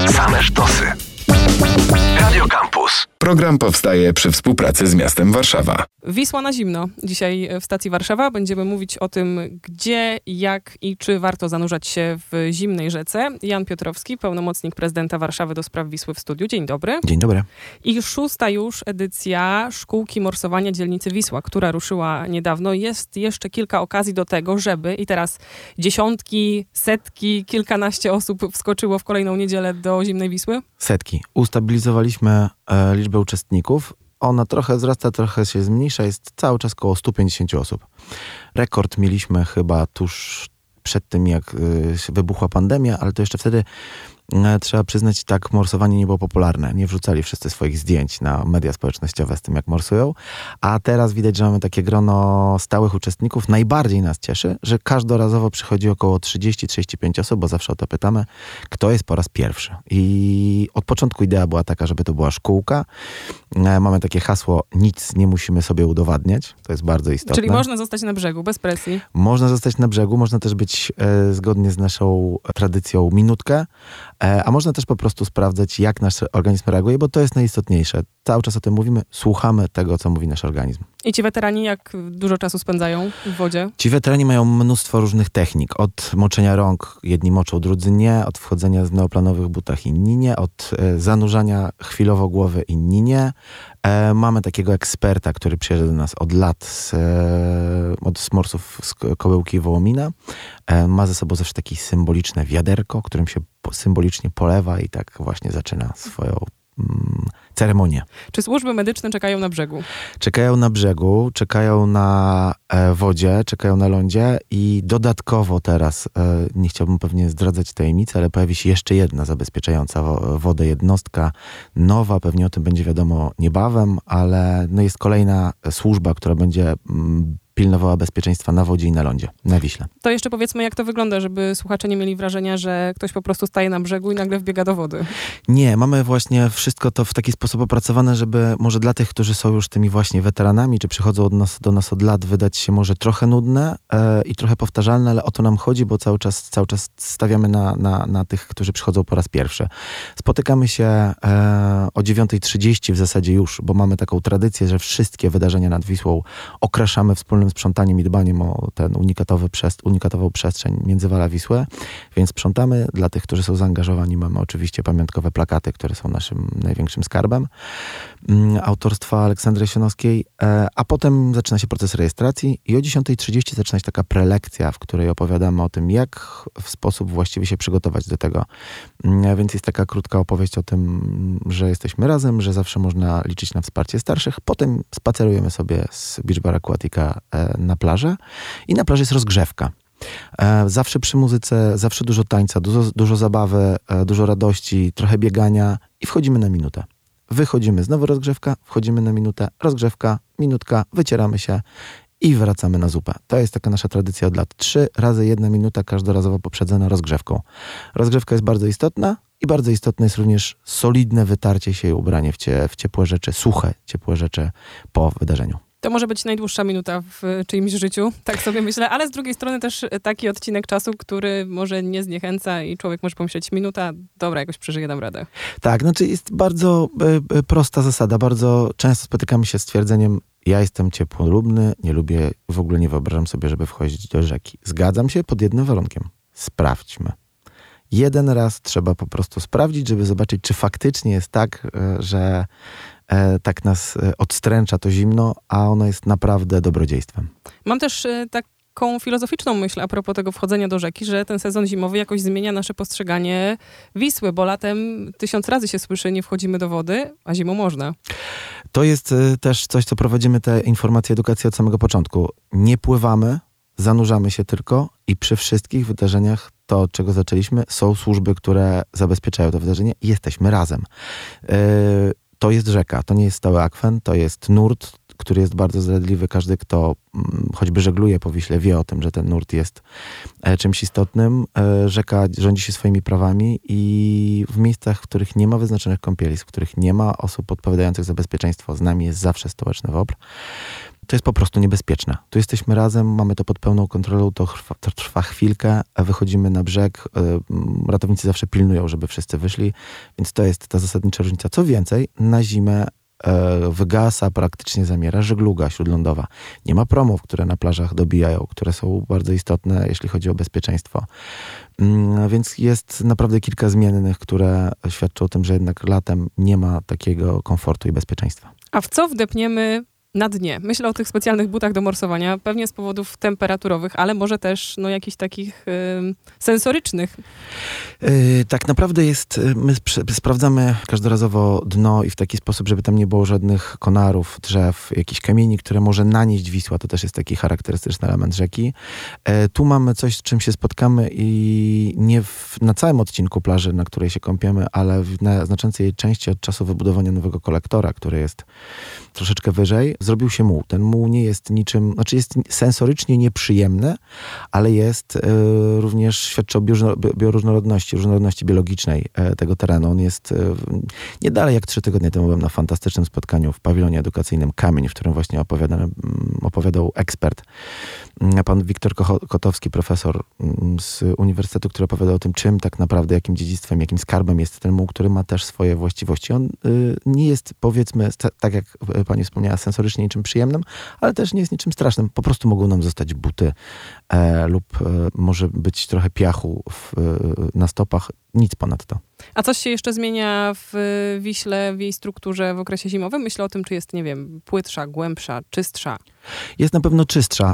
Same sztosy. Radio Campus. Program powstaje przy współpracy z miastem Warszawa. Wisła na zimno. Dzisiaj w stacji Warszawa będziemy mówić o tym, gdzie, jak i czy warto zanurzać się w zimnej rzece. Jan Piotrowski, pełnomocnik prezydenta Warszawy do spraw Wisły w studiu. Dzień dobry. Dzień dobry. I 6. już edycja Szkółki Morsowania Dzielnicy Wisła, która ruszyła niedawno. Jest jeszcze kilka okazji do tego, żeby, i teraz dziesiątki, setki, kilkanaście osób wskoczyło w kolejną niedzielę do zimnej Wisły. Setki. Ustabilizowaliśmy liczbę uczestników. Ona trochę wzrasta, trochę się zmniejsza. Jest cały czas około 150 osób. Rekord mieliśmy chyba tuż przed tym, jak wybuchła pandemia, ale to jeszcze wtedy trzeba przyznać, tak morsowanie nie było popularne. Nie wrzucali wszyscy swoich zdjęć na media społecznościowe z tym, jak morsują. A teraz widać, że mamy takie grono stałych uczestników. Najbardziej nas cieszy, że każdorazowo przychodzi około 30-35 osób, bo zawsze o to pytamy, kto jest po raz pierwszy. I od początku idea była taka, żeby to była szkółka. Mamy takie hasło, nic nie musimy sobie udowadniać. To jest bardzo istotne. Czyli można zostać na brzegu, bez presji. Można zostać na brzegu, można też być zgodnie z naszą tradycją minutkę, a można też po prostu sprawdzać, jak nasz organizm reaguje, bo to jest najistotniejsze. Cały czas o tym mówimy, słuchamy tego, co mówi nasz organizm. I ci weterani jak dużo czasu spędzają w wodzie? Ci weterani mają mnóstwo różnych technik. Od moczenia rąk, jedni moczą, drudzy nie. Od wchodzenia w neoplanowych butach, inni nie. Od zanurzania chwilowo głowy, inni nie. Mamy takiego eksperta, który przyjeżdża do nas od lat od Smorsów z Kobyłki Wołomina. Ma ze sobą zawsze takie symboliczne wiaderko, którym się symbolicznie polewa i tak właśnie zaczyna swoją ceremonię. Czy służby medyczne czekają na brzegu? Czekają na brzegu, czekają na wodzie, czekają na lądzie i dodatkowo teraz, nie chciałbym pewnie zdradzać tajemnicy, ale pojawi się jeszcze jedna zabezpieczająca wodę jednostka, nowa, pewnie o tym będzie wiadomo niebawem, ale no jest kolejna służba, która będzie pilnowała bezpieczeństwa na wodzie i na lądzie, na Wiśle. To jeszcze powiedzmy, jak to wygląda, żeby słuchacze nie mieli wrażenia, że ktoś po prostu staje na brzegu i nagle wbiega do wody. Nie, mamy właśnie wszystko to w taki sposób opracowane, żeby może dla tych, którzy są już tymi właśnie weteranami, czy przychodzą do nas od lat, wydać się może trochę nudne i trochę powtarzalne, ale o to nam chodzi, bo cały czas stawiamy na tych, którzy przychodzą po raz pierwszy. Spotykamy się o 9:30 w zasadzie już, bo mamy taką tradycję, że wszystkie wydarzenia nad Wisłą okraszamy wspólnym sprzątaniem i dbaniem o ten unikatową przestrzeń międzywala Wisły, więc sprzątamy. Dla tych, którzy są zaangażowani, mamy oczywiście pamiątkowe plakaty, które są naszym największym skarbem autorstwa Aleksandry Sionowskiej, a potem zaczyna się proces rejestracji i o 10:30 zaczyna się taka prelekcja, w której opowiadamy o tym, jak w sposób właściwy się przygotować do tego. Więc jest taka krótka opowieść o tym, że jesteśmy razem, że zawsze można liczyć na wsparcie starszych. Potem spacerujemy sobie z Beach Bar Aquatica na plażę i na plaży jest rozgrzewka. Zawsze przy muzyce, zawsze dużo tańca, dużo zabawy, dużo radości, trochę biegania i wchodzimy na minutę. Wychodzimy, znowu rozgrzewka, wchodzimy na minutę, rozgrzewka, minutka, wycieramy się i wracamy na zupę. To jest taka nasza tradycja od lat. 3 razy 1 minuta każdorazowo poprzedzona rozgrzewką. Rozgrzewka jest bardzo istotna i bardzo istotne jest również solidne wytarcie się i ubranie w ciepłe rzeczy, suche ciepłe rzeczy po wydarzeniu. To może być najdłuższa minuta w czyimś życiu, tak sobie myślę, ale z drugiej strony też taki odcinek czasu, który może nie zniechęca i człowiek może pomyśleć, minuta, dobra, jakoś przeżyję, dam radę. Tak, znaczy jest bardzo prosta zasada. Bardzo często spotykamy się z twierdzeniem, ja jestem ciepłolubny, nie lubię, w ogóle nie wyobrażam sobie, żeby wchodzić do rzeki. Zgadzam się pod jednym warunkiem. Sprawdźmy. Jeden raz trzeba po prostu sprawdzić, żeby zobaczyć, czy faktycznie jest tak, że tak nas odstręcza to zimno, a ono jest naprawdę dobrodziejstwem. Mam też taką filozoficzną myśl a propos tego wchodzenia do rzeki, że ten sezon zimowy jakoś zmienia nasze postrzeganie Wisły, bo latem 1000 razy się słyszy, nie wchodzimy do wody, a zimą można. To jest też coś, co prowadzimy te informacje edukacji od samego początku. Nie pływamy, zanurzamy się tylko i przy wszystkich wydarzeniach to, od czego zaczęliśmy, są służby, które zabezpieczają to wydarzenie i jesteśmy razem. To jest rzeka, to nie jest stały akwen, to jest nurt, który jest bardzo zdradliwy. Każdy, kto choćby żegluje po Wiśle, wie o tym, że ten nurt jest czymś istotnym. Rzeka rządzi się swoimi prawami i w miejscach, w których nie ma wyznaczonych kąpielisk, w których nie ma osób odpowiadających za bezpieczeństwo, z nami jest zawsze stołeczny WOPR. To jest po prostu niebezpieczne. Tu jesteśmy razem, mamy to pod pełną kontrolą, to trwa chwilkę, a wychodzimy na brzeg. Ratownicy zawsze pilnują, żeby wszyscy wyszli, więc to jest ta zasadnicza różnica. Co więcej, na zimę wygasa, praktycznie zamiera żegluga śródlądowa. Nie ma promów, które na plażach dobijają, które są bardzo istotne, jeśli chodzi o bezpieczeństwo. Więc jest naprawdę kilka zmiennych, które świadczą o tym, że jednak latem nie ma takiego komfortu i bezpieczeństwa. A w co wdepniemy na dnie? Myślę o tych specjalnych butach do morsowania, pewnie z powodów temperaturowych, ale może też jakichś takich sensorycznych. Tak naprawdę my sprawdzamy każdorazowo dno i w taki sposób, żeby tam nie było żadnych konarów, drzew, jakichś kamieni, które może nanieść Wisła. To też jest taki charakterystyczny element rzeki. Tu mamy coś, z czym się spotkamy i nie na całym odcinku plaży, na której się kąpiemy, ale w znaczącej jej części od czasu wybudowania nowego kolektora, który jest troszeczkę wyżej, zrobił się muł. Ten muł nie jest niczym, znaczy jest sensorycznie nieprzyjemny, ale jest również, świadczy o różnorodności biologicznej tego terenu. On jest nie dalej jak 3 tygodnie temu byłem na fantastycznym spotkaniu w pawilonie edukacyjnym Kamień, w którym właśnie opowiadał ekspert, pan Wiktor Kotowski, profesor z uniwersytetu, który opowiadał o tym, czym tak naprawdę, jakim dziedzictwem, jakim skarbem jest ten muł, który ma też swoje właściwości. On nie jest, powiedzmy, tak jak pani wspomniała, sensorycznie niczym przyjemnym, ale też nie jest niczym strasznym. Po prostu mogą nam zostać buty lub może być trochę piachu na stopach. Nic ponadto. A coś się jeszcze zmienia w Wiśle, w jej strukturze w okresie zimowym? Myślę o tym, czy jest, nie wiem, płytsza, głębsza, czystsza. Jest na pewno czystsza.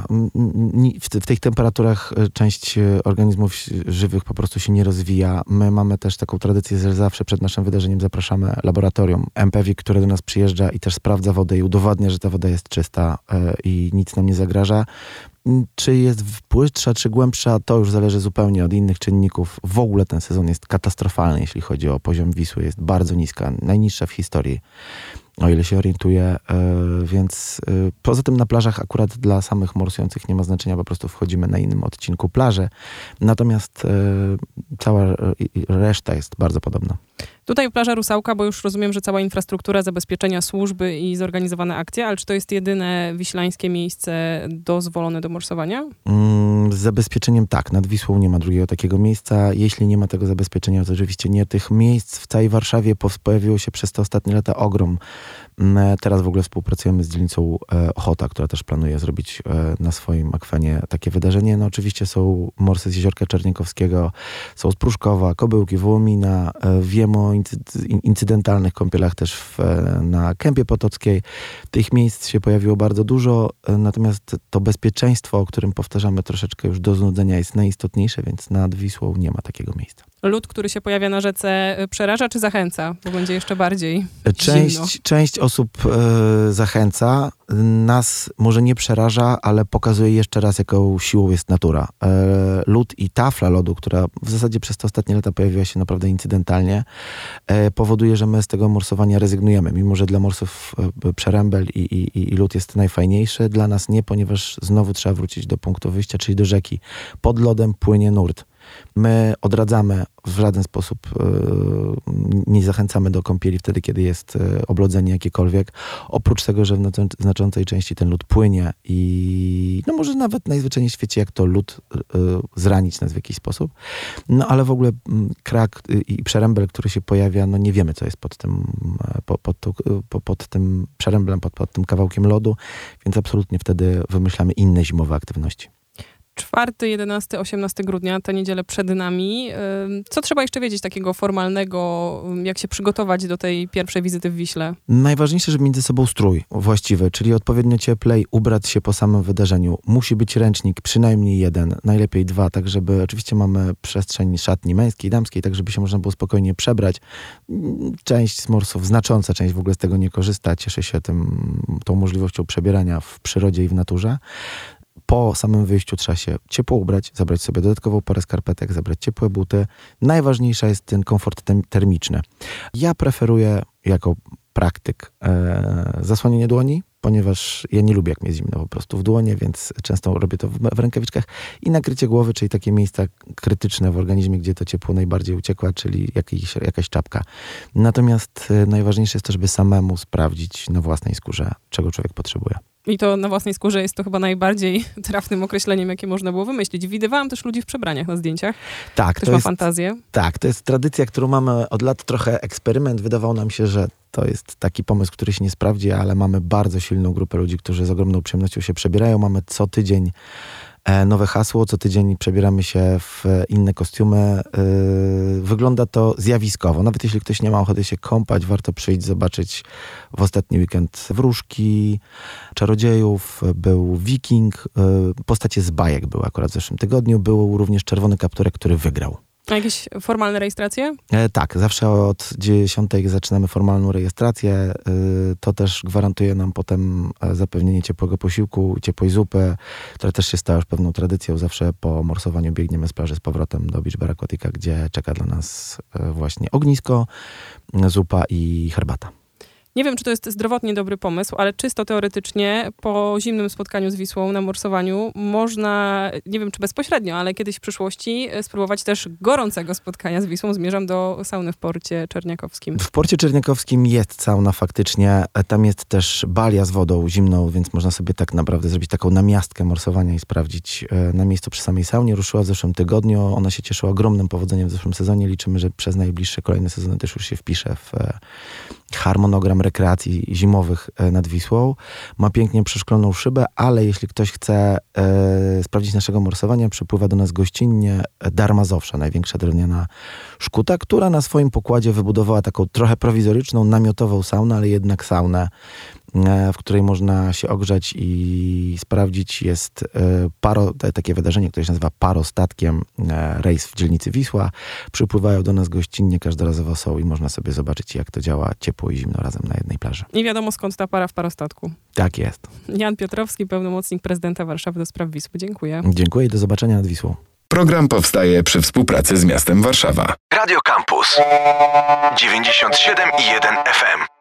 W tych temperaturach część organizmów żywych po prostu się nie rozwija. My mamy też taką tradycję, że zawsze przed naszym wydarzeniem zapraszamy laboratorium MPWiK, które do nas przyjeżdża i też sprawdza wodę i udowadnia, że ta woda jest czysta i nic nam nie zagraża. Czy jest płytsza, czy głębsza, to już zależy zupełnie od innych czynników. W ogóle ten sezon jest katastrofalny, jeśli chodzi o poziom Wisły. Jest bardzo niska, najniższa w historii, o ile się orientuję. Więc poza tym na plażach akurat dla samych morsujących nie ma znaczenia, po prostu wchodzimy na innym odcinku plaży. Natomiast cała reszta jest bardzo podobna. Tutaj plaża Rusałka, bo już rozumiem, że cała infrastruktura zabezpieczenia, służby i zorganizowane akcje, ale czy to jest jedyne wiślańskie miejsce dozwolone do morsowania? Z zabezpieczeniem tak, nad Wisłą nie ma drugiego takiego miejsca. Jeśli nie ma tego zabezpieczenia, to oczywiście nie. Tych miejsc w całej Warszawie pojawiło się przez te ostatnie lata ogrom. Teraz w ogóle współpracujemy z dzielnicą Ochota, która też planuje zrobić na swoim akwenie takie wydarzenie. No oczywiście są morsy z Jeziorka Czerniakowskiego, są z Pruszkowa, Kobyłki, Wołomina. Wiem o incydentalnych kąpielach też na Kępie Potockiej. Tych miejsc się pojawiło bardzo dużo, natomiast to bezpieczeństwo, o którym powtarzamy troszeczkę już do znudzenia, jest najistotniejsze, więc nad Wisłą nie ma takiego miejsca. Lód, który się pojawia na rzece, przeraża czy zachęca? Bo będzie jeszcze bardziej zimno. Część osób zachęca. Nas może nie przeraża, ale pokazuje jeszcze raz, jaką siłą jest natura. Lód i tafla lodu, która w zasadzie przez te ostatnie lata pojawiła się naprawdę incydentalnie, powoduje, że my z tego morsowania rezygnujemy. Mimo że dla morsów przerębel i lód jest najfajniejszy, dla nas nie, ponieważ znowu trzeba wrócić do punktu wyjścia, czyli do rzeki. Pod lodem płynie nurt. My odradzamy w żaden sposób, nie zachęcamy do kąpieli wtedy, kiedy jest oblodzenie jakiekolwiek. Oprócz tego, że w znaczącej części ten lód płynie i no może nawet najzwyczajniej w świecie, jak to lód zranić nas w jakiś sposób. No ale w ogóle krak i przerębel, który się pojawia, no nie wiemy, co jest pod tym przeręblem, pod tym kawałkiem lodu, więc absolutnie wtedy wymyślamy inne zimowe aktywności. 4, 11, 18 grudnia, te niedziele przed nami. Co trzeba jeszcze wiedzieć takiego formalnego, jak się przygotować do tej pierwszej wizyty w Wiśle? Najważniejsze, żeby między sobą strój właściwy, czyli odpowiednio cieplej, ubrać się po samym wydarzeniu. Musi być ręcznik, przynajmniej 1, najlepiej 2, tak żeby, oczywiście mamy przestrzeń szatni męskiej, damskiej, tak żeby się można było spokojnie przebrać. Część z morsów, znacząca część w ogóle z tego nie korzysta, cieszy się tą możliwością przebierania w przyrodzie i w naturze. Po samym wyjściu trzeba się ciepło ubrać, zabrać sobie dodatkową parę skarpetek, zabrać ciepłe buty. Najważniejsza jest ten komfort termiczny. Ja preferuję jako praktyk zasłonienie dłoni, ponieważ ja nie lubię, jak mi jest zimno po prostu w dłonie, więc często robię to w rękawiczkach. I nakrycie głowy, czyli takie miejsca krytyczne w organizmie, gdzie to ciepło najbardziej uciekła, czyli jakaś czapka. Natomiast najważniejsze jest to, żeby samemu sprawdzić na własnej skórze, czego człowiek potrzebuje. I to na własnej skórze jest to chyba najbardziej trafnym określeniem, jakie można było wymyślić. Widywałam też ludzi w przebraniach na zdjęciach. Tak, Ktoś ma fantazję. Tak, to jest tradycja, którą mamy od lat, trochę eksperyment. Wydawało nam się, że to jest taki pomysł, który się nie sprawdzi, ale mamy bardzo silną grupę ludzi, którzy z ogromną przyjemnością się przebierają. Mamy co tydzień nowe hasło, co tydzień przebieramy się w inne kostiumy. Wygląda to zjawiskowo. Nawet jeśli ktoś nie ma ochoty się kąpać, warto przyjść, zobaczyć w ostatni weekend wróżki, czarodziejów, był wiking, postacie z bajek były akurat w zeszłym tygodniu. Był również czerwony kapturek, który wygrał. A jakieś formalne rejestracje? Tak, zawsze od 10 zaczynamy formalną rejestrację. To też gwarantuje nam potem zapewnienie ciepłego posiłku, ciepłej zupy, która też się stała już pewną tradycją. Zawsze po morsowaniu biegniemy z plaży z powrotem do Beach Bar Aquatica, gdzie czeka dla nas właśnie ognisko, zupa i herbata. Nie wiem, czy to jest zdrowotnie dobry pomysł, ale czysto teoretycznie po zimnym spotkaniu z Wisłą na morsowaniu można, nie wiem czy bezpośrednio, ale kiedyś w przyszłości spróbować też gorącego spotkania z Wisłą. Zmierzam do sauny w Porcie Czerniakowskim. W Porcie Czerniakowskim jest sauna faktycznie. Tam jest też balia z wodą zimną, więc można sobie tak naprawdę zrobić taką namiastkę morsowania i sprawdzić na miejscu przy samej saunie. Ruszyła w zeszłym tygodniu. Ona się cieszyła ogromnym powodzeniem w zeszłym sezonie. Liczymy, że przez najbliższe kolejne sezony też już się wpisze w harmonogram rekreacji zimowych nad Wisłą. Ma pięknie przeszkloną szybę, ale jeśli ktoś chce sprawdzić naszego morsowania, przypływa do nas gościnnie Dar Mazowsza, największa drewniana szkuta, która na swoim pokładzie wybudowała taką trochę prowizoryczną, namiotową saunę, ale jednak saunę, w której można się ogrzać i sprawdzić. Jest takie wydarzenie, które się nazywa Parostatkiem, rejs w dzielnicy Wisła. Przypływają do nas gościnnie, każdorazowo są i można sobie zobaczyć, jak to działa ciepło i zimno razem na jednej plaży. Nie wiadomo skąd ta para w parostatku. Tak jest. Jan Piotrowski, pełnomocnik prezydenta Warszawy do spraw Wisły. Dziękuję. Dziękuję i do zobaczenia nad Wisłą. Program powstaje przy współpracy z miastem Warszawa. Radio Campus 97,1 FM.